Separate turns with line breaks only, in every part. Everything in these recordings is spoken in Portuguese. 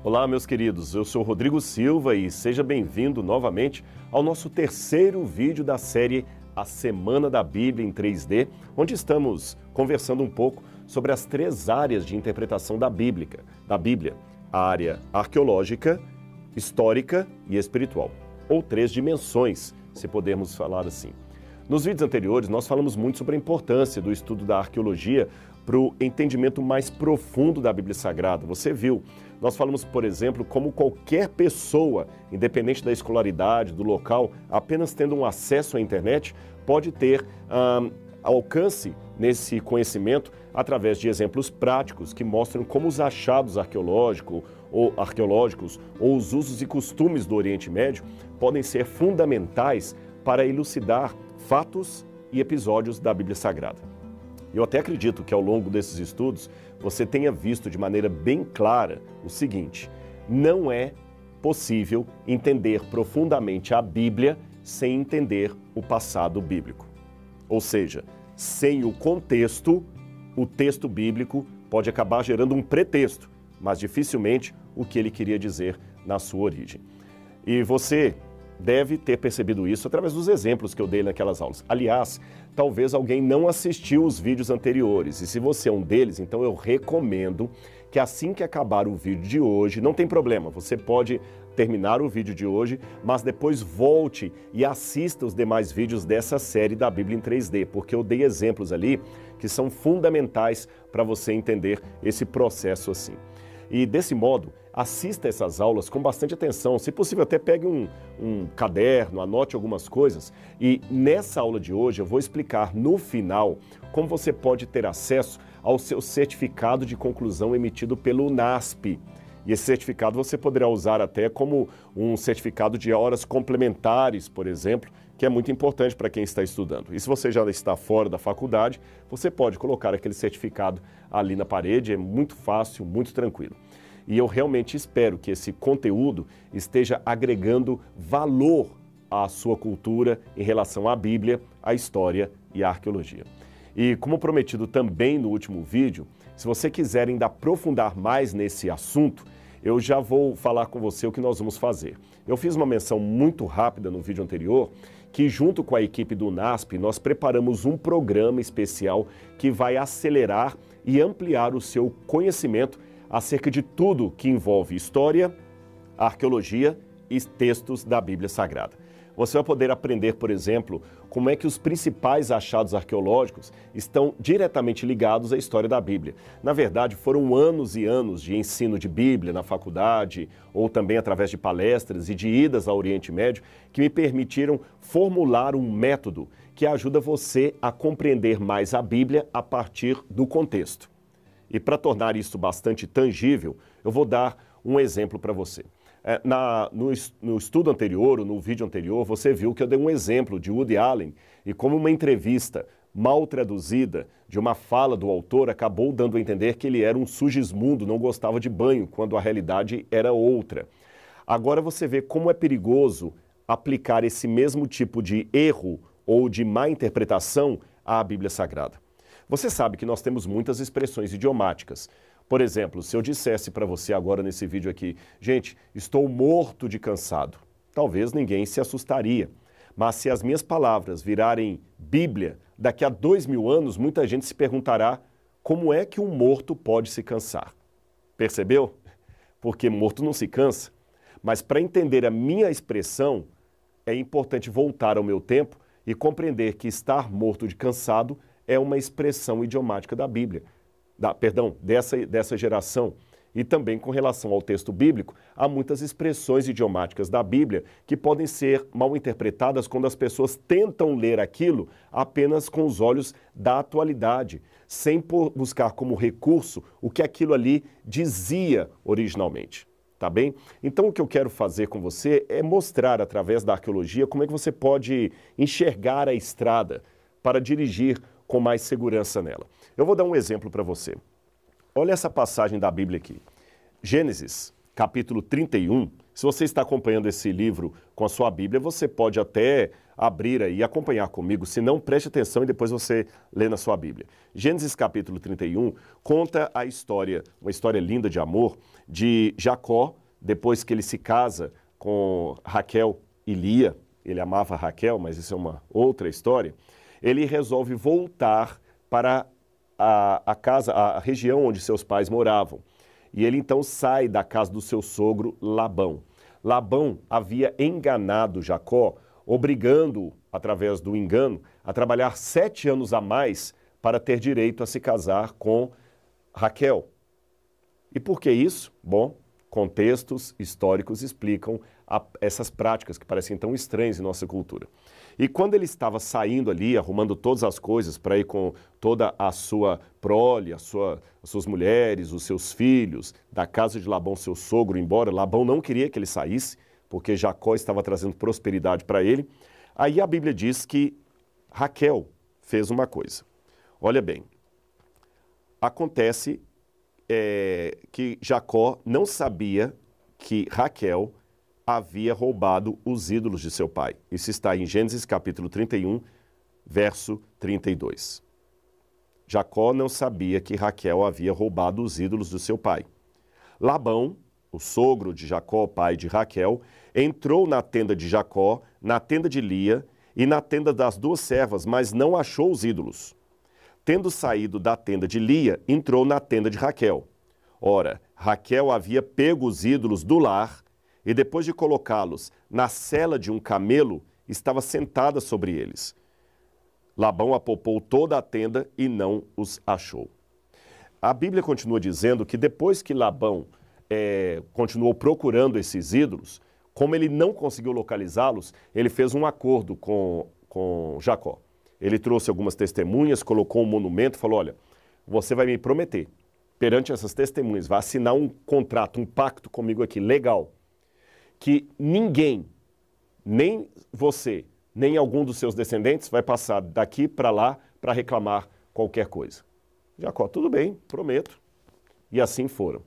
Olá, meus queridos, eu sou Rodrigo Silva e seja bem-vindo novamente ao nosso terceiro vídeo da série A Semana da Bíblia em 3D, onde estamos conversando um pouco sobre as três áreas de interpretação da Bíblia, a área arqueológica, histórica e espiritual, ou três dimensões, se pudermos falar assim. Nos vídeos anteriores, nós falamos muito sobre a importância do estudo da arqueologia para o entendimento mais profundo da Bíblia Sagrada. Você viu, nós falamos, por exemplo, como qualquer pessoa, independente da escolaridade, do local, apenas tendo um acesso à internet, pode ter alcance nesse conhecimento através de exemplos práticos que mostram como os achados arqueológicos ou os usos e costumes do Oriente Médio podem ser fundamentais para elucidar fatos e episódios da Bíblia Sagrada. Eu até acredito que ao longo desses estudos você tenha visto de maneira bem clara o seguinte: não é possível entender profundamente a Bíblia sem entender o passado bíblico. Ou seja, sem o contexto, o texto bíblico pode acabar gerando um pretexto, mas dificilmente o que ele queria dizer na sua origem. E você deve ter percebido isso através dos exemplos que eu dei naquelas aulas. Aliás, talvez alguém não assistiu os vídeos anteriores, e se você é um deles, então eu recomendo que assim que acabar o vídeo de hoje, não tem problema, você pode terminar o vídeo de hoje, mas depois volte e assista os demais vídeos dessa série da Bíblia em 3D, porque eu dei exemplos ali que são fundamentais para você entender esse processo assim. E desse modo, assista essas aulas com bastante atenção, se possível até pegue um caderno, anote algumas coisas, e nessa aula de hoje eu vou explicar no final como você pode ter acesso ao seu certificado de conclusão emitido pelo UNASP. E esse certificado você poderá usar até como um certificado de horas complementares, por exemplo, que é muito importante para quem está estudando. E se você já está fora da faculdade, você pode colocar aquele certificado ali na parede, é muito fácil, muito tranquilo. E eu realmente espero que esse conteúdo esteja agregando valor à sua cultura em relação à Bíblia, à história e à arqueologia. E como prometido também no último vídeo, se você quiser ainda aprofundar mais nesse assunto, eu já vou falar com você o que nós vamos fazer. Eu fiz uma menção muito rápida no vídeo anterior, que junto com a equipe do UNASP, nós preparamos um programa especial que vai acelerar e ampliar o seu conhecimento acerca de tudo que envolve história, arqueologia e textos da Bíblia Sagrada. Você vai poder aprender, por exemplo, como é que os principais achados arqueológicos estão diretamente ligados à história da Bíblia. Na verdade, foram anos e anos de ensino de Bíblia na faculdade, ou também através de palestras e de idas ao Oriente Médio, que me permitiram formular um método que ajuda você a compreender mais a Bíblia a partir do contexto. E para tornar isso bastante tangível, eu vou dar um exemplo para você. No estudo anterior, ou no vídeo anterior, você viu que eu dei um exemplo de Woody Allen e como uma entrevista mal traduzida de uma fala do autor acabou dando a entender que ele era um sugismundo, não gostava de banho, quando a realidade era outra. Agora você vê como é perigoso aplicar esse mesmo tipo de erro ou de má interpretação à Bíblia Sagrada. Você sabe que nós temos muitas expressões idiomáticas. Por exemplo, se eu dissesse para você agora nesse vídeo aqui, gente, estou morto de cansado, talvez ninguém se assustaria. Mas se as minhas palavras virarem Bíblia, daqui a 2000 anos, muita gente se perguntará como é que um morto pode se cansar. Percebeu? Porque morto não se cansa. Mas para entender a minha expressão, é importante voltar ao meu tempo e compreender que estar morto de cansado é uma expressão idiomática da Bíblia. Dessa geração. E também com relação ao texto bíblico, há muitas expressões idiomáticas da Bíblia que podem ser mal interpretadas quando as pessoas tentam ler aquilo apenas com os olhos da atualidade, sem buscar como recurso o que aquilo ali dizia originalmente. Tá bem? Então o que eu quero fazer com você é mostrar através da arqueologia como é que você pode enxergar a estrada para dirigir com mais segurança nela. Eu vou dar um exemplo para você. Olha essa passagem da Bíblia aqui. Gênesis, capítulo 31, se você está acompanhando esse livro com a sua Bíblia, você pode até abrir aí e acompanhar comigo, se não, preste atenção e depois você lê na sua Bíblia. Gênesis capítulo 31 conta a história, uma história linda de amor, de Jacó, depois que ele se casa com Raquel e Lia. Ele amava Raquel, mas isso é uma outra história. Ele resolve voltar para a casa, a região onde seus pais moravam. E ele então sai da casa do seu sogro Labão. Labão havia enganado Jacó, obrigando-o, através do engano, a trabalhar 7 anos a mais para ter direito a se casar com Raquel. E por que isso? Bom, contextos históricos explicam essas práticas que parecem tão estranhas em nossa cultura. E quando ele estava saindo ali, arrumando todas as coisas para ir com toda a sua prole, as suas mulheres, os seus filhos, da casa de Labão, seu sogro, embora Labão não queria que ele saísse, porque Jacó estava trazendo prosperidade para ele, aí a Bíblia diz que Raquel fez uma coisa. Olha bem, acontece que Jacó não sabia que Raquel havia roubado os ídolos de seu pai. Isso está em Gênesis capítulo 31, verso 32. Jacó não sabia que Raquel havia roubado os ídolos do seu pai. Labão, o sogro de Jacó, pai de Raquel, entrou na tenda de Jacó, na tenda de Lia e na tenda das 2 servas, mas não achou os ídolos. Tendo saído da tenda de Lia, entrou na tenda de Raquel. Ora, Raquel havia pego os ídolos do lar e depois de colocá-los na sela de um camelo, estava sentada sobre eles. Labão apalpou toda a tenda e não os achou. A Bíblia continua dizendo que depois que Labão continuou procurando esses ídolos, como ele não conseguiu localizá-los, ele fez um acordo com Jacó. Ele trouxe algumas testemunhas, colocou um monumento, falou, olha, você vai me prometer, perante essas testemunhas, vai assinar um contrato, um pacto comigo aqui, legal, que ninguém, nem você, nem algum dos seus descendentes vai passar daqui para lá para reclamar qualquer coisa. Jacó, tudo bem, prometo. E assim foram.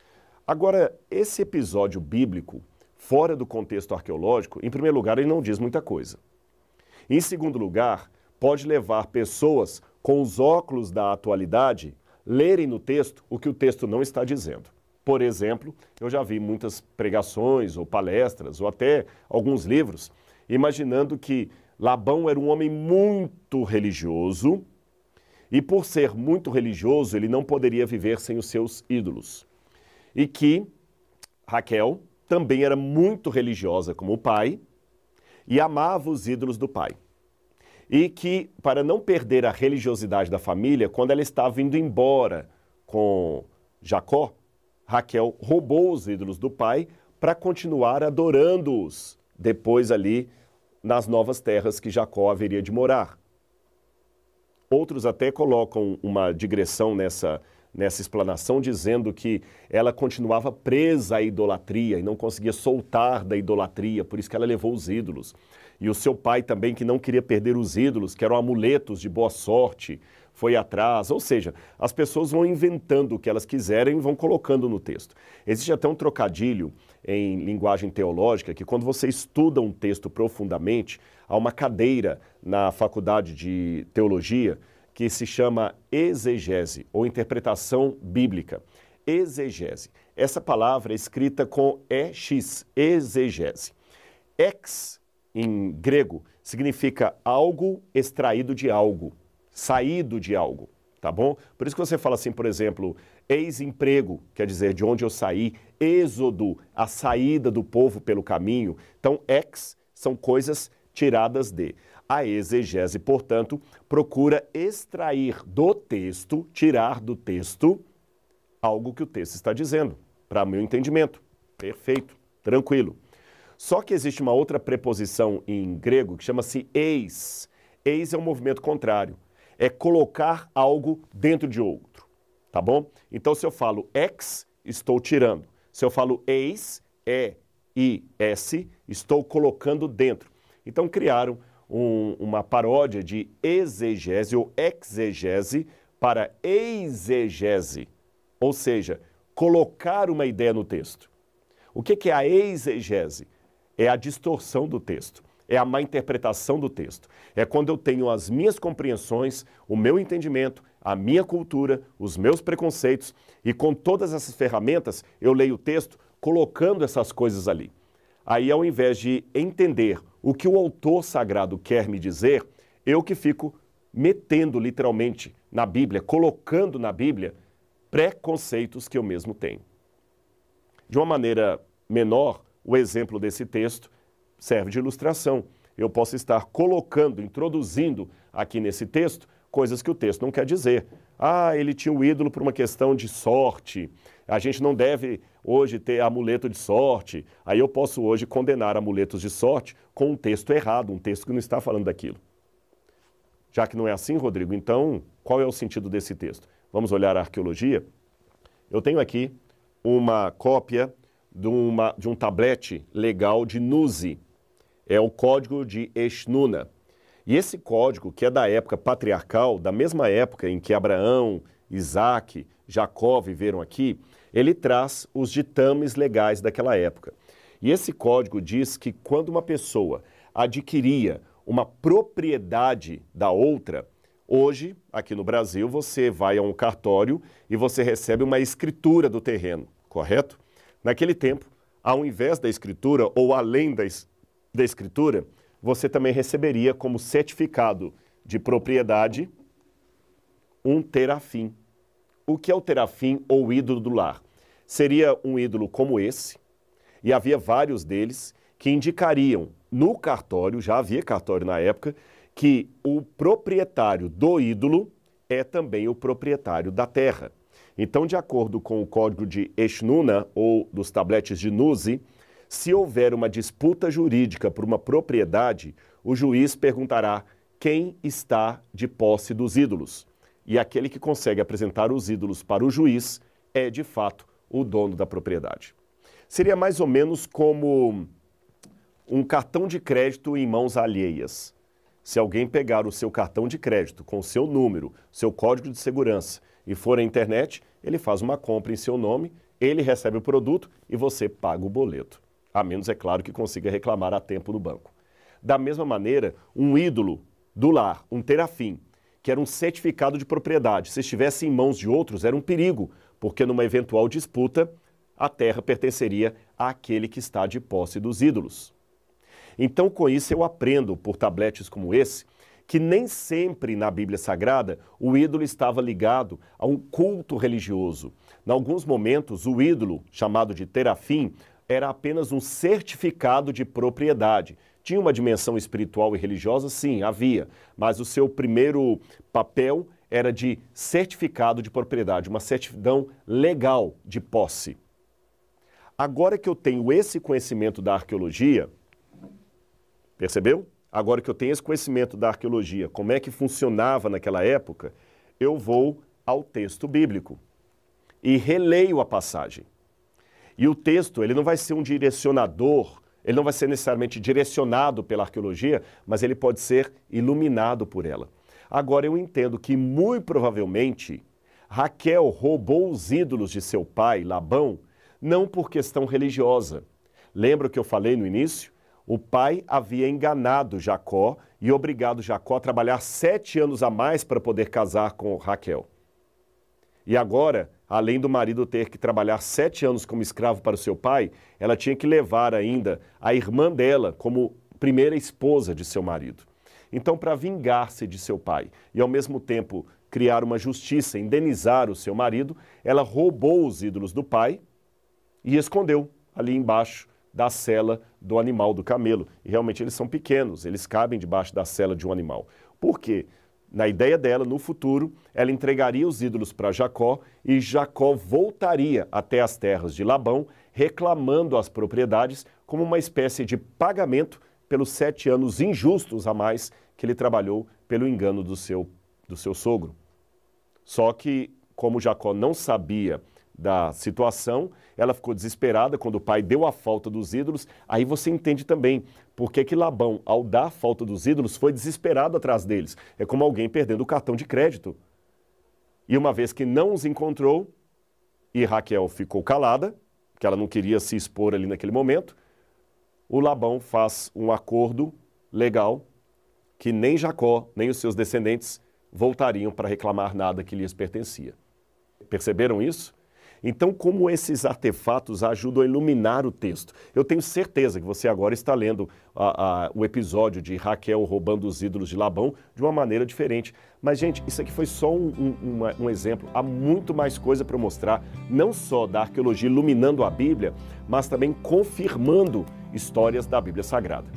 Agora, esse episódio bíblico, fora do contexto arqueológico, em primeiro lugar, ele não diz muita coisa. Em segundo lugar, pode levar pessoas com os óculos da atualidade lerem no texto o que o texto não está dizendo. Por exemplo, eu já vi muitas pregações ou palestras ou até alguns livros imaginando que Labão era um homem muito religioso e por ser muito religioso ele não poderia viver sem os seus ídolos. E que Raquel também era muito religiosa como o pai e amava os ídolos do pai. E que, para não perder a religiosidade da família, quando ela estava indo embora com Jacó, Raquel roubou os ídolos do pai para continuar adorando-os depois ali nas novas terras que Jacó haveria de morar. Outros até colocam uma digressão nessa explanação, dizendo que ela continuava presa à idolatria e não conseguia soltar da idolatria, por isso que ela levou os ídolos. E o seu pai também, que não queria perder os ídolos, que eram amuletos de boa sorte, foi atrás. Ou seja, as pessoas vão inventando o que elas quiserem e vão colocando no texto. Existe até um trocadilho em linguagem teológica que quando você estuda um texto profundamente, há uma cadeira na faculdade de teologia que se chama exegese, ou interpretação bíblica. Exegese. Essa palavra é escrita com EX, exegese. Ex, em grego, significa algo extraído de algo, saído de algo, tá bom? Por isso que você fala assim, por exemplo, ex-emprego, quer dizer, de onde eu saí, êxodo, a saída do povo pelo caminho. Então, ex são coisas tiradas de. A exegese, portanto, procura extrair do texto, tirar do texto, algo que o texto está dizendo, para meu entendimento. Perfeito, tranquilo. Só que existe uma outra preposição em grego que chama-se eis. Eis é um movimento contrário. É colocar algo dentro de outro, tá bom? Então, se eu falo ex, estou tirando. Se eu falo eis, E-I-S, estou colocando dentro. Então, criaram uma paródia de exegese ou exegese para exegese, ou seja, colocar uma ideia no texto. O que é a exegese? É a distorção do texto, é a má interpretação do texto. É quando eu tenho as minhas compreensões, o meu entendimento, a minha cultura, os meus preconceitos, e com todas essas ferramentas eu leio o texto colocando essas coisas ali. Aí, ao invés de entender o que o autor sagrado quer me dizer, eu que fico metendo literalmente na Bíblia, colocando na Bíblia preconceitos que eu mesmo tenho. De uma maneira menor, o exemplo desse texto serve de ilustração. Eu posso estar colocando, introduzindo aqui nesse texto coisas que o texto não quer dizer. Ah, ele tinha um ídolo por uma questão de sorte. A gente não deve hoje ter amuleto de sorte. Aí eu posso hoje condenar amuletos de sorte com um texto errado, um texto que não está falando daquilo. Já que não é assim, Rodrigo, então qual é o sentido desse texto? Vamos olhar a arqueologia? Eu tenho aqui uma cópia de um tablete legal de Nuzi. É o código de Eshnuna. E esse código, que é da época patriarcal, da mesma época em que Abraão, Isaac, Jacó viveram aqui, ele traz os ditames legais daquela época. E esse código diz que quando uma pessoa adquiria uma propriedade da outra, hoje, aqui no Brasil, você vai a um cartório e você recebe uma escritura do terreno, correto? Naquele tempo, ao invés da escritura ou além da escritura, você também receberia como certificado de propriedade um terafim. O que é o terafim ou ídolo do lar? Seria um ídolo como esse, e havia vários deles que indicariam no cartório, já havia cartório na época, que o proprietário do ídolo é também o proprietário da terra. Então, de acordo com o código de Eshnuna, ou dos tabletes de Nuzi, se houver uma disputa jurídica por uma propriedade, o juiz perguntará quem está de posse dos ídolos. E aquele que consegue apresentar os ídolos para o juiz é, de fato, o dono da propriedade. Seria mais ou menos como um cartão de crédito em mãos alheias. Se alguém pegar o seu cartão de crédito com o seu número, seu código de segurança e for à internet, ele faz uma compra em seu nome, ele recebe o produto e você paga o boleto. A menos, é claro, que consiga reclamar a tempo no banco. Da mesma maneira, um ídolo do lar, um terafim, que era um certificado de propriedade, se estivesse em mãos de outros, era um perigo, porque numa eventual disputa, a terra pertenceria àquele que está de posse dos ídolos. Então, com isso, eu aprendo, por tabletes como esse, que nem sempre na Bíblia Sagrada o ídolo estava ligado a um culto religioso. Em alguns momentos, o ídolo, chamado de terafim, era apenas um certificado de propriedade. Tinha uma dimensão espiritual e religiosa? Sim, havia, mas o seu primeiro papel era de certificado de propriedade, uma certidão legal de posse. Agora que eu tenho esse conhecimento da arqueologia, percebeu? Agora que eu tenho esse conhecimento da arqueologia, como é que funcionava naquela época, eu vou ao texto bíblico e releio a passagem. E o texto, ele não vai ser um direcionador, ele não vai ser necessariamente direcionado pela arqueologia, mas ele pode ser iluminado por ela. Agora eu entendo que, muito provavelmente, Raquel roubou os ídolos de seu pai, Labão, não por questão religiosa. Lembra o que eu falei no início? O pai havia enganado Jacó e obrigado Jacó a trabalhar 7 anos a mais para poder casar com Raquel. E agora, além do marido ter que trabalhar 7 anos como escravo para o seu pai, ela tinha que levar ainda a irmã dela como primeira esposa de seu marido. Então, para vingar-se de seu pai e ao mesmo tempo criar uma justiça, indenizar o seu marido, ela roubou os ídolos do pai e escondeu ali embaixo da sela do animal, do camelo. E realmente eles são pequenos, eles cabem debaixo da sela de um animal. Por quê? Na ideia dela, no futuro, ela entregaria os ídolos para Jacó e Jacó voltaria até as terras de Labão, reclamando as propriedades como uma espécie de pagamento pelos 7 anos injustos a mais que ele trabalhou pelo engano do seu sogro. Só que, como Jacó não sabia da situação, ela ficou desesperada quando o pai deu a falta dos ídolos. Aí você entende também por que Labão, ao dar a falta dos ídolos, foi desesperado atrás deles. É como alguém perdendo o cartão de crédito. E uma vez que não os encontrou, e Raquel ficou calada, porque ela não queria se expor ali naquele momento, o Labão faz um acordo legal que nem Jacó, nem os seus descendentes voltariam para reclamar nada que lhes pertencia. Perceberam isso? Então, como esses artefatos ajudam a iluminar o texto? Eu tenho certeza que você agora está lendo o episódio de Raquel roubando os ídolos de Labão de uma maneira diferente. Mas, gente, isso aqui foi só um exemplo. Há muito mais coisa para mostrar, não só da arqueologia iluminando a Bíblia, mas também confirmando histórias da Bíblia Sagrada.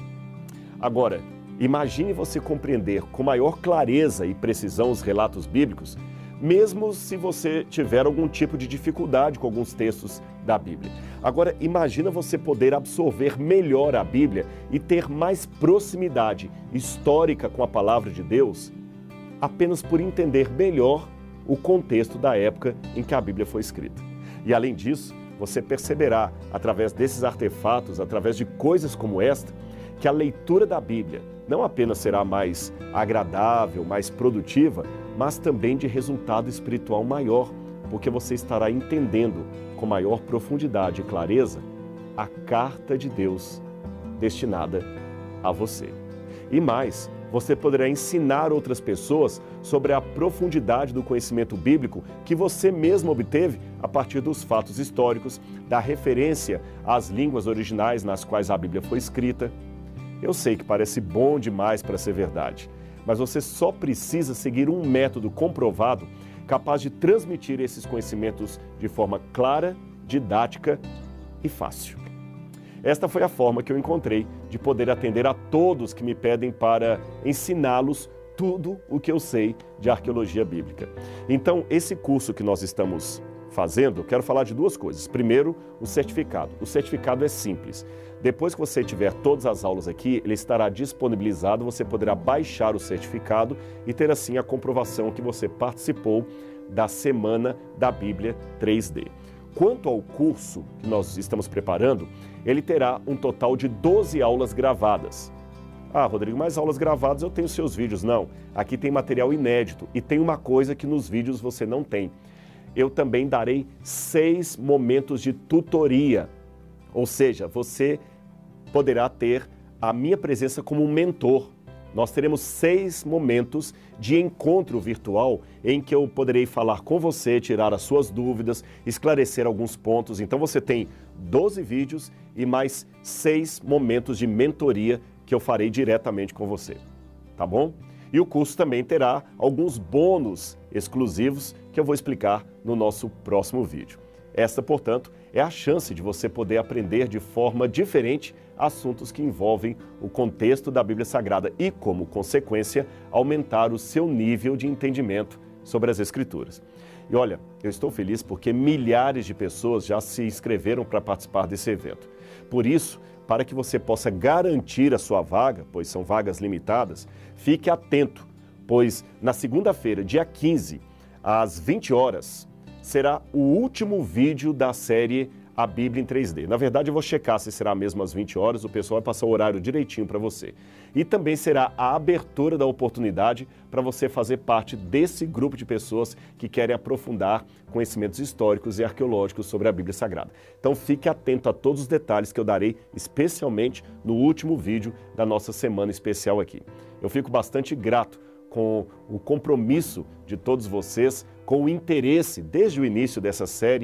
Agora, imagine você compreender com maior clareza e precisão os relatos bíblicos, mesmo se você tiver algum tipo de dificuldade com alguns textos da Bíblia. Agora, imagina você poder absorver melhor a Bíblia e ter mais proximidade histórica com a palavra de Deus, apenas por entender melhor o contexto da época em que a Bíblia foi escrita. E além disso, você perceberá, através desses artefatos, através de coisas como esta, que a leitura da Bíblia não apenas será mais agradável, mais produtiva, mas também de resultado espiritual maior, porque você estará entendendo com maior profundidade e clareza a carta de Deus destinada a você. E mais, você poderá ensinar outras pessoas sobre a profundidade do conhecimento bíblico que você mesmo obteve a partir dos fatos históricos, da referência às línguas originais nas quais a Bíblia foi escrita. Eu sei que parece bom demais para ser verdade, mas você só precisa seguir um método comprovado capaz de transmitir esses conhecimentos de forma clara, didática e fácil. Esta foi a forma que eu encontrei de poder atender a todos que me pedem para ensiná-los tudo o que eu sei de arqueologia bíblica. Então, esse curso que nós estamos fazendo, eu quero falar de duas coisas. Primeiro, o certificado. O certificado é simples. Depois que você tiver todas as aulas aqui, ele estará disponibilizado, você poderá baixar o certificado e ter assim a comprovação que você participou da Semana da Bíblia 3D. Quanto ao curso que nós estamos preparando, ele terá um total de 12 aulas gravadas. Ah, Rodrigo, mas aulas gravadas eu tenho seus vídeos. Não, aqui tem material inédito e tem uma coisa que nos vídeos você não tem. Eu também darei 6 momentos de tutoria, ou seja, você poderá ter a minha presença como um mentor. Nós teremos 6 momentos de encontro virtual em que eu poderei falar com você, tirar as suas dúvidas, esclarecer alguns pontos. Então você tem 12 vídeos e mais 6 momentos de mentoria que eu farei diretamente com você, tá bom? E o curso também terá alguns bônus exclusivos que eu vou explicar no nosso próximo vídeo. Esta, portanto, é a chance de você poder aprender de forma diferente assuntos que envolvem o contexto da Bíblia Sagrada e, como consequência, aumentar o seu nível de entendimento sobre as Escrituras. E olha, eu estou feliz porque milhares de pessoas já se inscreveram para participar desse evento. Por isso, para que você possa garantir a sua vaga, pois são vagas limitadas, fique atento, pois na segunda-feira, dia 15, às 20 horas, será o último vídeo da série A Bíblia em 3D. Na verdade, eu vou checar se será mesmo às 20 horas, o pessoal vai passar o horário direitinho para você. E também será a abertura da oportunidade para você fazer parte desse grupo de pessoas que querem aprofundar conhecimentos históricos e arqueológicos sobre a Bíblia Sagrada. Então fique atento a todos os detalhes que eu darei, especialmente no último vídeo da nossa semana especial aqui. Eu fico bastante grato com o compromisso de todos vocês, com o interesse desde o início dessa série,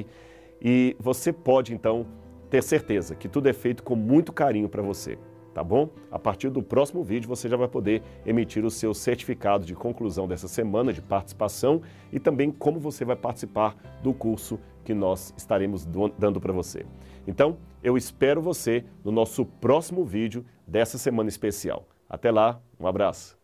e você pode então ter certeza que tudo é feito com muito carinho para você, tá bom? A partir do próximo vídeo você já vai poder emitir o seu certificado de conclusão dessa semana de participação e também como você vai participar do curso que nós estaremos dando para você. Então, eu espero você no nosso próximo vídeo dessa semana especial. Até lá, um abraço!